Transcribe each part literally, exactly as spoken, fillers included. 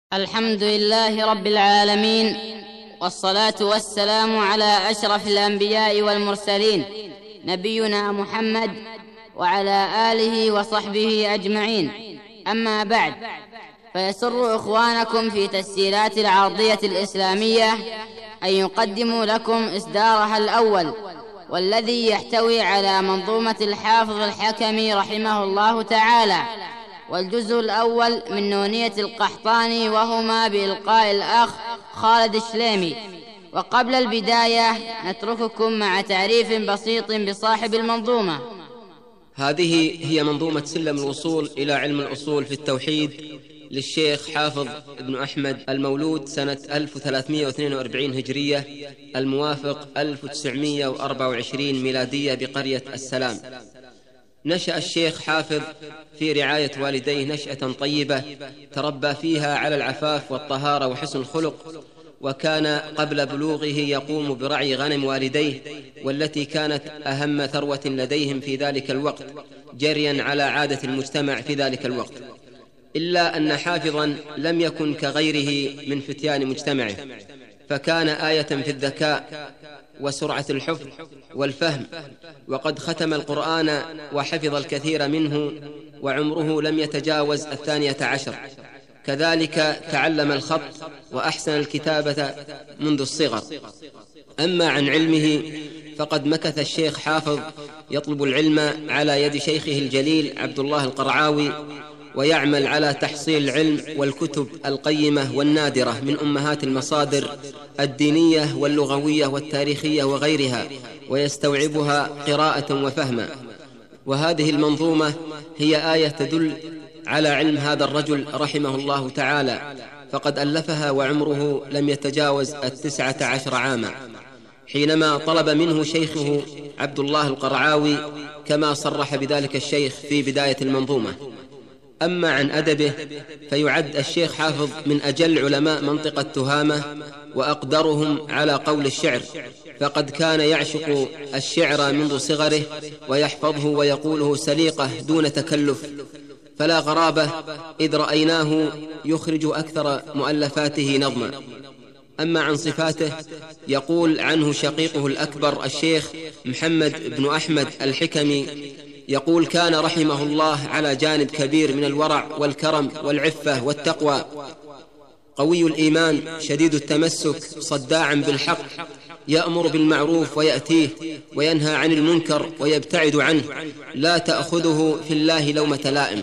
الحمد لله رب العالمين، والصلاة والسلام على أشرف الأنبياء والمرسلين نبينا محمد وعلى آله وصحبه أجمعين. أما بعد، فيسر إخوانكم في تسجيلات العرضية الإسلامية أن يقدموا لكم إصدارها الأول، والذي يحتوي على منظومة الحافظ الحكمي رحمه الله تعالى، والجزء الأول من نونية القحطاني، وهما بإلقاء الأخ خالد الشليمي. وقبل البداية نترككم مع تعريف بسيط بصاحب المنظومة. هذه هي منظومة سلم الوصول إلى علم الأصول في التوحيد للشيخ حافظ بن أحمد، المولود سنة ألف وثلاثمائة واثنين وأربعين هجرية، الموافق ألف وتسعمائة وأربعة وعشرين ميلادية، بقرية السلام. نشأ الشيخ حافظ في رعاية والديه نشأة طيبة تربى فيها على العفاف والطهارة وحسن الخلق، وكان قبل بلوغه يقوم برعي غنم والديه، والتي كانت أهم ثروة لديهم في ذلك الوقت، جريا على عادة المجتمع في ذلك الوقت. إلا أن حافظا لم يكن كغيره من فتيان مجتمعه، فكان آية في الذكاء وسرعة الحفظ والفهم، وقد ختم القرآن وحفظ الكثير منه، وعمره لم يتجاوز الثانية عشر. كذلك تعلم الخط وأحسن الكتابة منذ الصغر. أما عن علمه فقد مكث الشيخ حافظ يطلب العلم على يد شيخه الجليل عبد الله القرعاوي، ويعمل على تحصيل العلم والكتب القيمة والنادرة من أمهات المصادر الدينية واللغوية والتاريخية وغيرها، ويستوعبها قراءة وفهما. وهذه المنظومة هي آية تدل على علم هذا الرجل رحمه الله تعالى، فقد ألفها وعمره لم يتجاوز التسعة عشر عاما، حينما طلب منه شيخه عبد الله القرعاوي، كما صرح بذلك الشيخ في بداية المنظومة. أما عن أدبه فيعد الشيخ حافظ من أجل علماء منطقة تهامة وأقدرهم على قول الشعر، فقد كان يعشق الشعر منذ صغره، ويحفظه ويقوله سليقة دون تكلف، فلا غرابة إذ رأيناه يخرج أكثر مؤلفاته نظما. أما عن صفاته يقول عنه شقيقه الأكبر الشيخ محمد بن أحمد الحكمي، يقول: كان رحمه الله على جانب كبير من الورع والكرم والعفة والتقوى، قوي الإيمان، شديد التمسك، صداعا بالحق، يأمر بالمعروف ويأتيه، وينهى عن المنكر ويبتعد عنه، لا تأخذه في الله لومة لائم.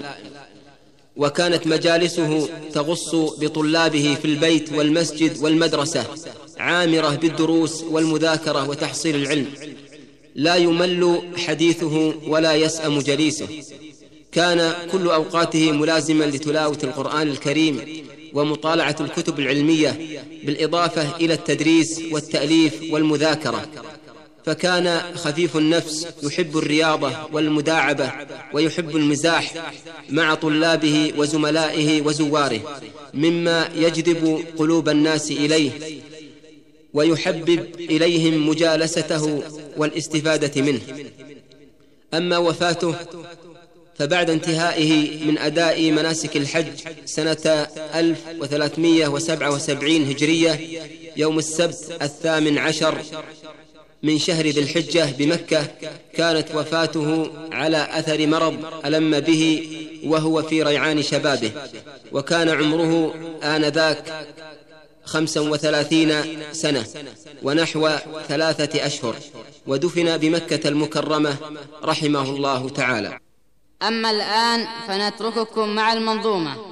وكانت مجالسه تغص بطلابه في البيت والمسجد والمدرسة، عامرة بالدروس والمذاكرة وتحصيل العلم، لا يمل حديثه ولا يسأم جليسه. كان كل أوقاته ملازما لتلاوة القرآن الكريم ومطالعة الكتب العلمية، بالإضافة إلى التدريس والتأليف والمذاكرة. فكان خفيف النفس، يحب الرياضة والمداعبة، ويحب المزاح مع طلابه وزملائه وزواره، مما يجذب قلوب الناس إليه، ويحبب إليهم مجالسته والاستفادة منه. أما وفاته فبعد انتهائه من أداء مناسك الحج سنة ألف وثلاثمائة وسبعة وسبعين هجرية، يوم السبت الثامن عشر من شهر ذي الحجة بمكة، كانت وفاته على أثر مرض ألم به وهو في ريعان شبابه، وكان عمره آنذاك خمسا وثلاثين سنة ونحو ثلاثة أشهر، ودفن بمكة المكرمة رحمه الله تعالى. أما الآن فنترككم مع المنظومة.